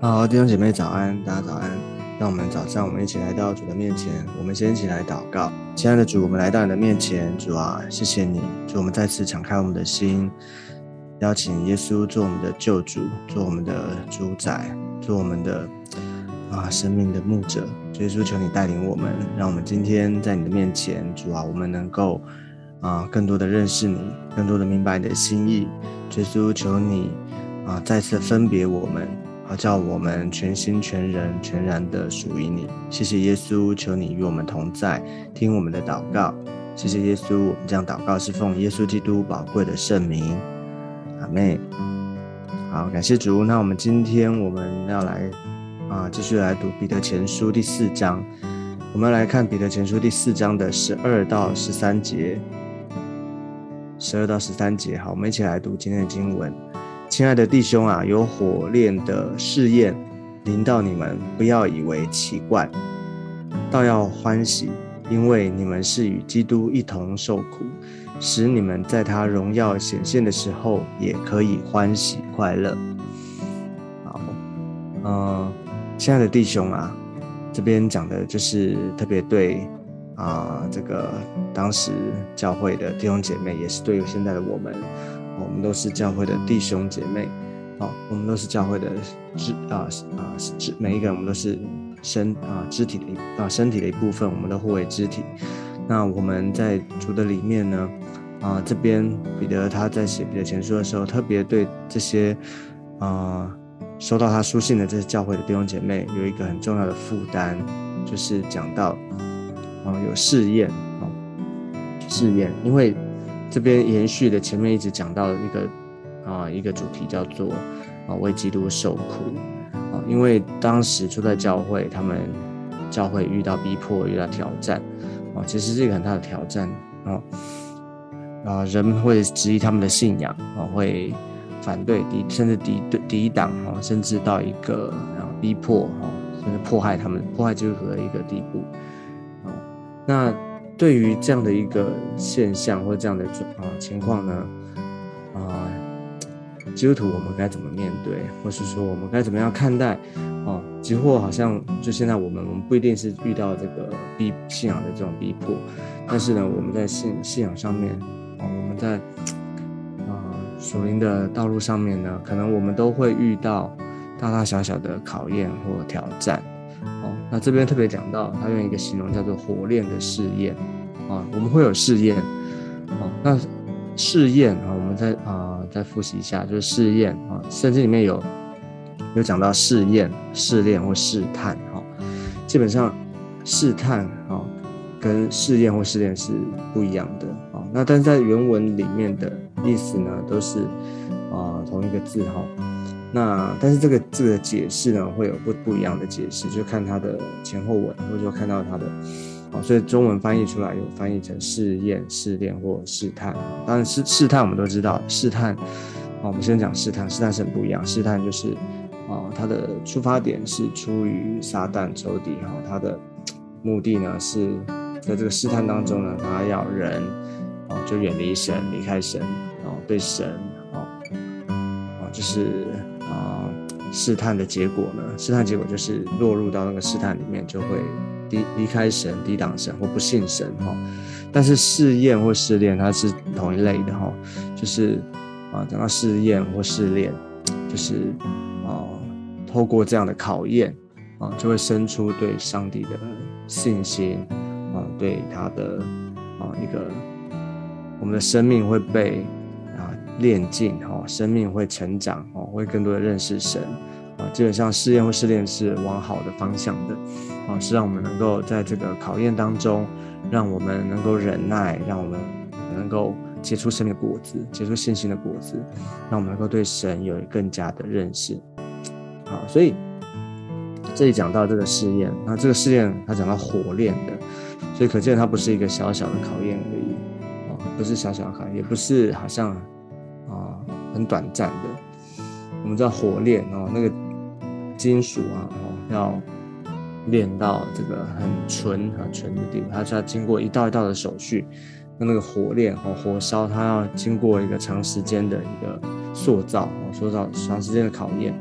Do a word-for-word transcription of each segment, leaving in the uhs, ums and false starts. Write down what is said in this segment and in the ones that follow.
好，弟兄姐妹早安，大家早安。让我们早上我们一起来到主的面前，我们先一起来祷告。亲爱的主，我们来到你的面前，主啊，谢谢你，主，我们再次敞开我们的心，邀请耶稣做我们的救主，做我们的主宰，做我们的啊生命的牧者。主耶稣，求你带领我们，让我们今天在你的面前，主啊，我们能够啊更多的认识你，更多的明白你的心意。主耶稣，求你啊再次分别我们。好叫我们全心全人全然的属于你。谢谢耶稣，求你与我们同在，听我们的祷告。谢谢耶稣，我们这样祷告是奉耶稣基督宝贵的圣名，阿们。好，感谢主。那我们今天我们要来啊，继续来读彼得前书第四章。我们要来看彼得前书第四章的十二到十三节。十二到十三节，好，我们一起来读今天的经文。亲爱的弟兄啊，有火炼的试验临到你们，不要以为奇怪，倒要欢喜，因为你们是与基督一同受苦，使你们在他荣耀显现的时候，也可以欢喜快乐。好，呃，亲爱的弟兄啊，这边讲的就是特别对啊、呃，这个当时教会的弟兄姐妹，也是对于现在的我们。我们都是教会的弟兄姐妹，哦，我们都是教会的肢啊啊肢，每一个人我们都是身啊肢体的一啊身体的一部分，我们都互为肢体。那我们在主的里面呢，啊这边彼得他在写彼得前书的时候，特别对这些啊收到他书信的这些教会的弟兄姐妹有一个很重要的负担，就是讲到啊有试验，啊试验，因为。这边延续的前面一直讲到的一个啊一个主题叫做啊为基督受苦啊，因为当时初代教会他们教会遇到逼迫遇到挑战啊，其实是一个很大的挑战啊啊人会质疑他们的信仰啊，会反对敌甚至敌敌挡啊，甚至到一个啊逼迫啊甚至迫害他们迫害基督徒的一个地步啊，那。对于这样的一个现象或这样的、呃、情况呢，啊、呃，基督徒我们该怎么面对，或是说我们该怎么样看待？哦、呃，几乎好像就现在我们，我们不一定是遇到这个逼信仰的这种逼迫，但是呢，我们在信信仰上面，哦、呃，我们在啊属灵的道路上面呢，可能我们都会遇到大大小小的考验或挑战。哦，那这边特别讲到，他用一个形容叫做火炼的试验啊，我们会有试验，哦，那试验啊，我们再啊再复习一下，就是试验啊，圣经里面有有讲到试验、试炼或试探，哈，基本上试探啊跟试验或试炼是不一样的啊，那但是在原文里面的意思呢，都是啊同一个字哈。那但是这个这个解释呢，会有不不一样的解释，就看它的前后文，或者说看到它的，啊，所以中文翻译出来有翻译成试验、试炼或试探。当然试试探我们都知道，试探，啊，我们先讲试探，试探是很不一样。试探就是啊，它的出发点是出于撒旦仇敌哈，它的目的呢是在这个试探当中呢，他要人啊就远离神，离开神，啊对神啊啊就是。啊，试探的结果呢？试探结果就是落入到那个试探里面，就会离离开神、抵挡神或不信神哈。但是试验或试炼，它是同一类的哈，就是啊，讲到试验或试炼，就是啊，透过这样的考验啊，就会生出对上帝的信心啊，对他的啊一个我们的生命会被。炼净哈，生命会成长哦，会更多的认识神啊。基本上试验或试炼是往好的方向的啊，是让我们能够在这个考验当中，让我们能够忍耐，让我们能够结出神的果子，结出信心的果子，让我们能够对神有更加的认识。好，所以这里讲到这个试验，那这个试验它讲到火炼的，所以可见它不是一个小小的考验而已啊，不是小小的考验，也不是好像。啊，很短暂的。我们知道火炼哦，那个金属啊，哦，要炼到这个很纯很纯的地步，它就要经过一道一道的手续。那那个火炼哦，火烧，它要经过一个长时间的一个塑造哦，塑造长时间的考验。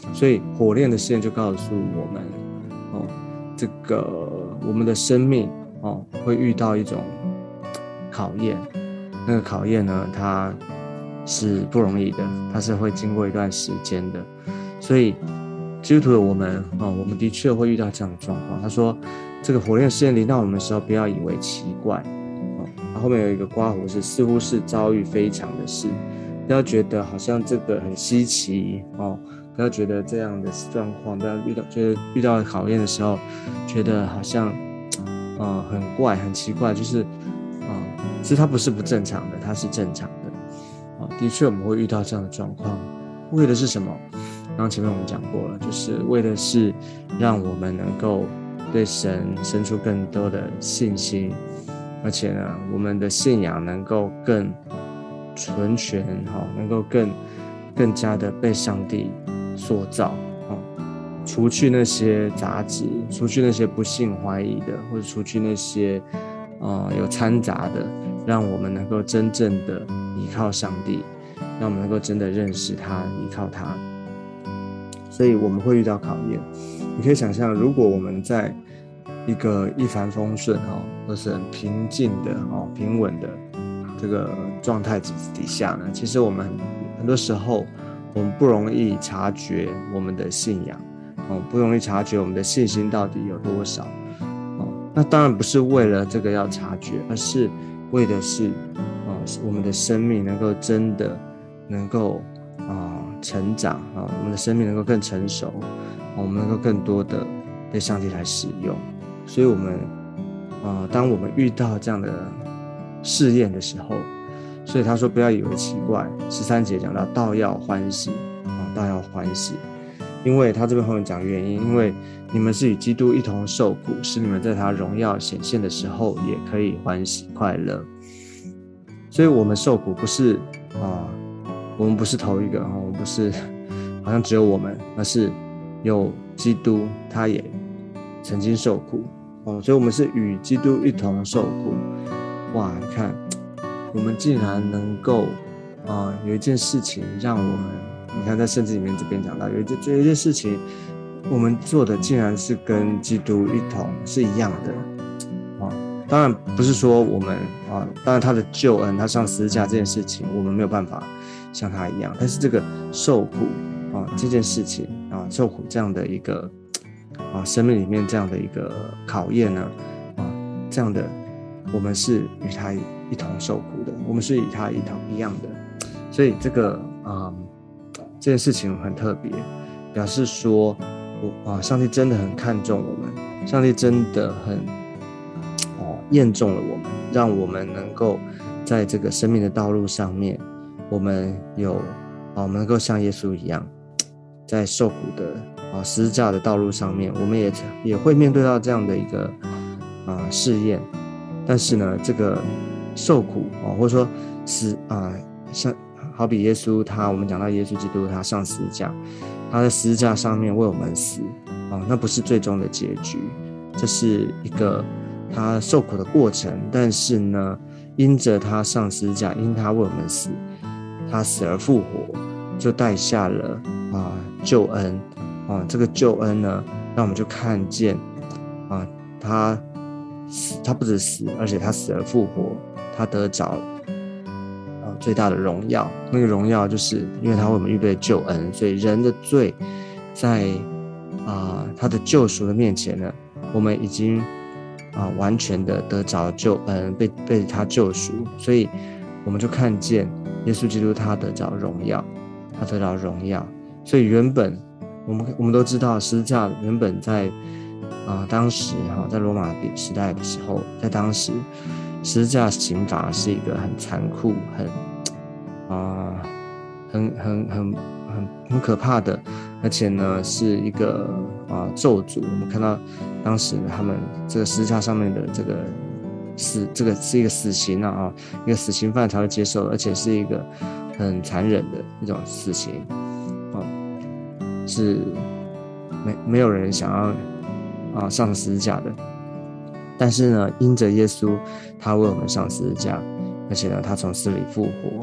所以火炼的试验就告诉我们，哦，这个我们的生命哦会遇到一种考验，那个考验呢，它是不容易的，它是会经过一段时间的。所以基督徒的我们哦，我们的确会遇到这样的状况。他说，这个火炼试验临到我们的时候，不要以为奇怪。哦，他后面有一个括弧是似乎是遭遇非常的事，不要觉得好像这个很稀奇哦，不要觉得这样的状况，不要遇到觉得遇到考验的时候，觉得好像呃很怪很奇怪，就是啊、呃，其实它不是不正常的，它是正常的。啊、哦，的确我们会遇到这样的状况，为的是什么？刚刚前面我们讲过了，就是为的是让我们能够对神生出更多的信心，而且呢，我们的信仰能够更纯全，能够更更加的被上帝塑造，除去那些杂质，除去那些不信怀疑的，或者除去那些、呃、有掺杂的，让我们能够真正的依靠上帝，让我们能够真的认识他，依靠他。所以我们会遇到考验。你可以想象，如果我们在一个一帆风顺或是很平静的平稳的这个状态底下呢，其实我们很多时候我们不容易察觉我们的信仰，不容易察觉我们的信心到底有多少。那当然不是为了这个要察觉，而是为的是我们的生命能够真的能够成长，我们的生命能够更成熟，我们能够更多的被上帝来使用。所以我们呃，当我们遇到这样的试验的时候，所以他说不要以为奇怪。十三节讲到倒要欢喜，倒要欢喜，因为他这边后面讲原因，因为你们是与基督一同受苦，使你们在他荣耀显现的时候也可以欢喜快乐。所以我们受苦不是啊、呃，我们不是头一个，我们不是好像只有我们，而是有基督，他也曾经受苦哦，所以我们是与基督一同受苦。哇，你看，我们竟然能够啊、呃，有一件事情让我们，你看在圣经里面这边讲到，有一件有一件事情，我们做的竟然是跟基督一同是一样的啊。当然不是说我们啊，当然他的救恩，他上十字架这件事情，我们没有办法像他一样，但是这个受苦啊这件事情啊，受苦这样的一个啊生命里面这样的一个考验呢啊，这样的我们是与他一同受苦的，我们是与他一同一样的，所以这个啊这件事情很特别，表示说我啊上帝真的很看重我们，上帝真的很哦验中了我们，让我们能够在这个生命的道路上面，我们有啊我们能够像耶稣一样，在受苦的啊十字架的道路上面，我们也也会面对到这样的一个啊试验，但是呢，这个受苦啊，或者说死啊，像好比耶稣他，我们讲到耶稣基督他上十字架，他在十字架上面为我们死啊，那不是最终的结局，这是一个他受苦的过程，但是呢，因着他上十字架，因他为我们死，他死而复活，就带下了啊救恩啊，这个救恩呢，让我们就看见啊，他死，他不止死，而且他死而复活，他得着啊最大的荣耀。那个荣耀就是因为他为我们预备救恩，所以人的罪在啊他的救赎的面前呢，我们已经啊完全的得着救恩，被被他救赎，所以我们就看见耶稣基督他得着荣耀，他得着荣耀。所以原本我们我们都知道十字架原本在啊、呃、当时哈、哦、在罗马时代的时候，在当时十字架刑罚是一个很残酷、很啊、呃、很很很很很可怕的，而且呢是一个啊、呃、咒诅。我们看到当时他们这个十字架上面的这个死，这个是一个死刑啊、哦，一个死刑犯才会接受的，而且是一个很残忍的一种死刑。是 没, 没有人想要、啊、上十字架的，但是呢因着耶稣他为我们上十字架，而且呢他从死里复活，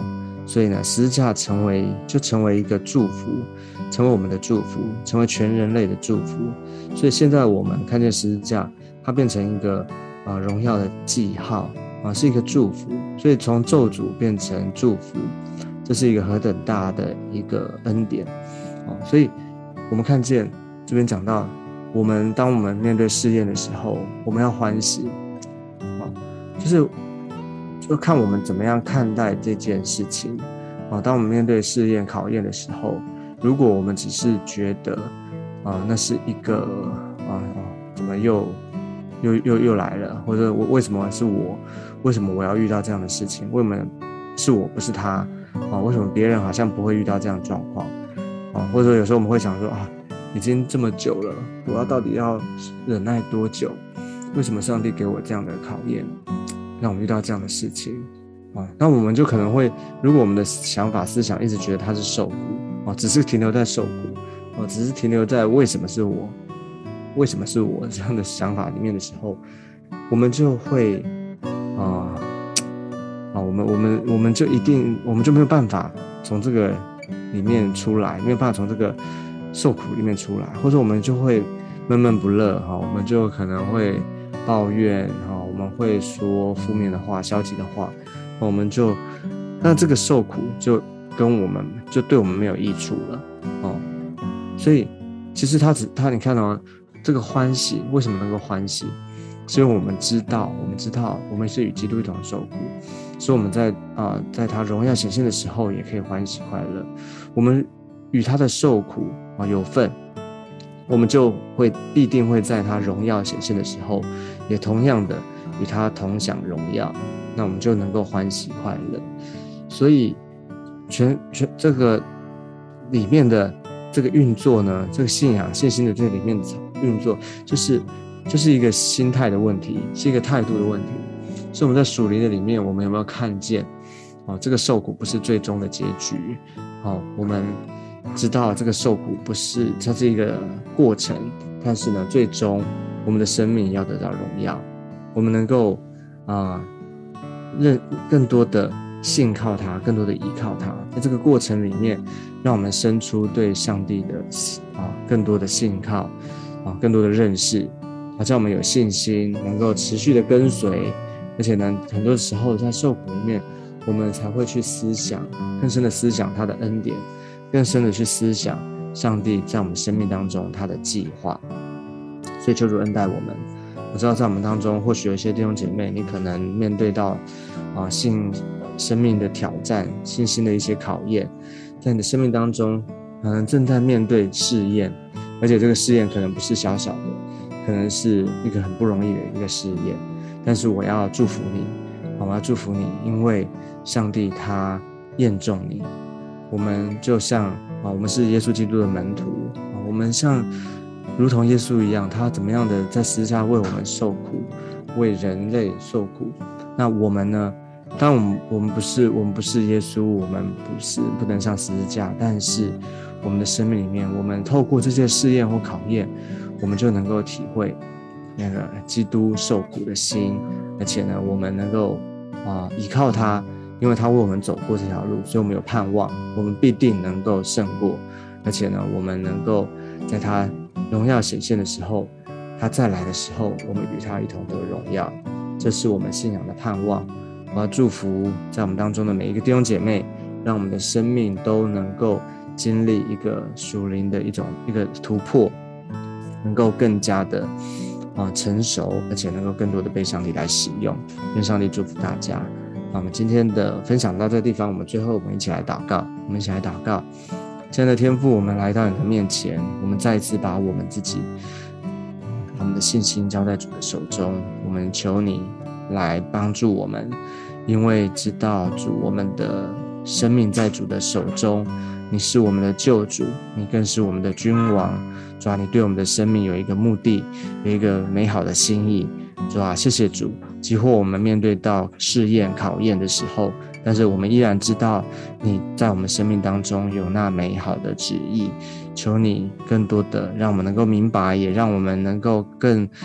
所以呢，十字架成为就成为一个祝福，成为我们的祝福，成为全人类的祝福。所以现在我们看见十字架，它变成一个呃荣耀的记号啊，是一个祝福。所以从咒诅变成祝福，这是一个何等大的一个恩典啊！所以我们看见这边讲到，我们当我们面对试验的时候，我们要欢喜啊，就是就看我们怎么样看待这件事情啊。当我们面对试验考验的时候，如果我们只是觉得啊，那是一个啊，怎么又又又又来了，或者我为什么是我，为什么我要遇到这样的事情？为什么是我不是他啊？为什么别人好像不会遇到这样的状况啊？或者说有时候我们会想说啊，已经这么久了，我要到底要忍耐多久？为什么上帝给我这样的考验，让我遇到这样的事情啊？那我们就可能会，如果我们的想法思想一直觉得他是受苦啊，只是停留在受苦啊，只是停留在为什么是我，为什么是我这样的想法里面的时候，我们就会啊啊，我们我们我们就一定，我们就没有办法从这个里面出来，没有办法从这个受苦里面出来，或者我们就会闷闷不乐哈，我们就可能会抱怨哈，我们会说负面的话、消极的话，我们就那这个受苦就跟我们就对我们没有益处了哦。所以其实他只他你看到、哦、这个欢喜为什么能够欢喜？是因为我们知道，我们知道我们是与基督一同受苦，所以我们在啊、呃、在他荣耀显现的时候也可以欢喜快乐。我们与他的受苦啊有份，我们就会必定会在他荣耀显现的时候，也同样的与他同享荣耀，那我们就能够欢喜快乐。所以全全这个里面的这个运作呢，这个信仰信心的这里面的运作，就是就是一个心态的问题，是一个态度的问题。所以我们在属灵的里面，我们有没有看见哦，这个受苦不是最终的结局哦，我们知道这个受苦不是，它是一个过程，但是呢，最终我们的生命要得到荣耀，我们能够啊，认更多的信靠他，更多的依靠他，在这个过程里面，让我们生出对上帝的啊更多的信靠啊，更多的认识，好让我们有信心，能够持续的跟随，而且呢，很多时候在受苦里面，我们才会去思想，更深的思想他的恩典。更深的去思想上帝在我们生命当中他的计划。所以求主恩待我们。我知道在我们当中或许有一些弟兄姐妹，你可能面对到啊信生命的挑战，信心的一些考验，在你的生命当中可能正在面对试验，而且这个试验可能不是小小的，可能是一个很不容易的一个试验。但是我要祝福你，我要祝福你，因为上帝他验中你。我们就像啊，我们是耶稣基督的门徒啊，我们像如同耶稣一样，他怎么样的在十字架为我们受苦，为人类受苦。那我们呢？当然我们我们不是我们不是耶稣，我们不是不能上十字架，但是我们的生命里面，我们透过这些试验或考验，我们就能够体会那个基督受苦的心，而且呢，我们能够啊依靠他。因为他为我们走过这条路，所以我们有盼望，我们必定能够胜过，而且呢，我们能够在他荣耀显现的时候，他再来的时候，我们与他一同得荣耀，这是我们信仰的盼望。我要祝福在我们当中的每一个弟兄姐妹，让我们的生命都能够经历一个属灵的一种一个突破，能够更加的啊成熟，而且能够更多的被上帝来使用。愿上帝祝福大家。那我们今天的分享到这个地方，我们最后我们一起来祷告，我们一起来祷告。亲爱的天父，我们来到你的面前，我们再一次把我们自己，把我们的信心交在主的手中，我们求你来帮助我们，因为知道主，我们的生命在主的手中，你是我们的救主，你更是我们的君王。主啊，你对我们的生命有一个目的，有一个美好的心意。主啊，谢谢主，即或我们面对到试验考验的时候，但是我们依然知道你在我们生命当中有那美好的旨意。求你更多的让我们能够明白，也让我们能够更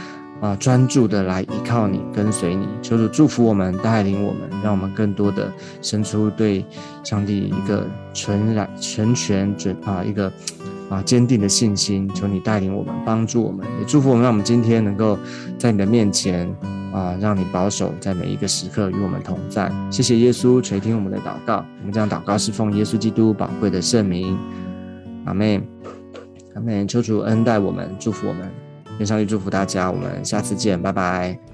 啊，专注的来依靠你，跟随你。求主祝福我们，带领我们，让我们更多的生出对上帝一个纯然、全全准啊一个啊坚定的信心。求你带领我们，帮助我们，也祝福我们，让我们今天能够在你的面前啊，让你保守在每一个时刻与我们同在。谢谢耶稣垂听我们的祷告，我们这样祷告是奉耶稣基督宝贵的圣名，阿们，阿们。求主恩待我们，祝福我们。愿上帝祝福大家，我们下次见，拜拜。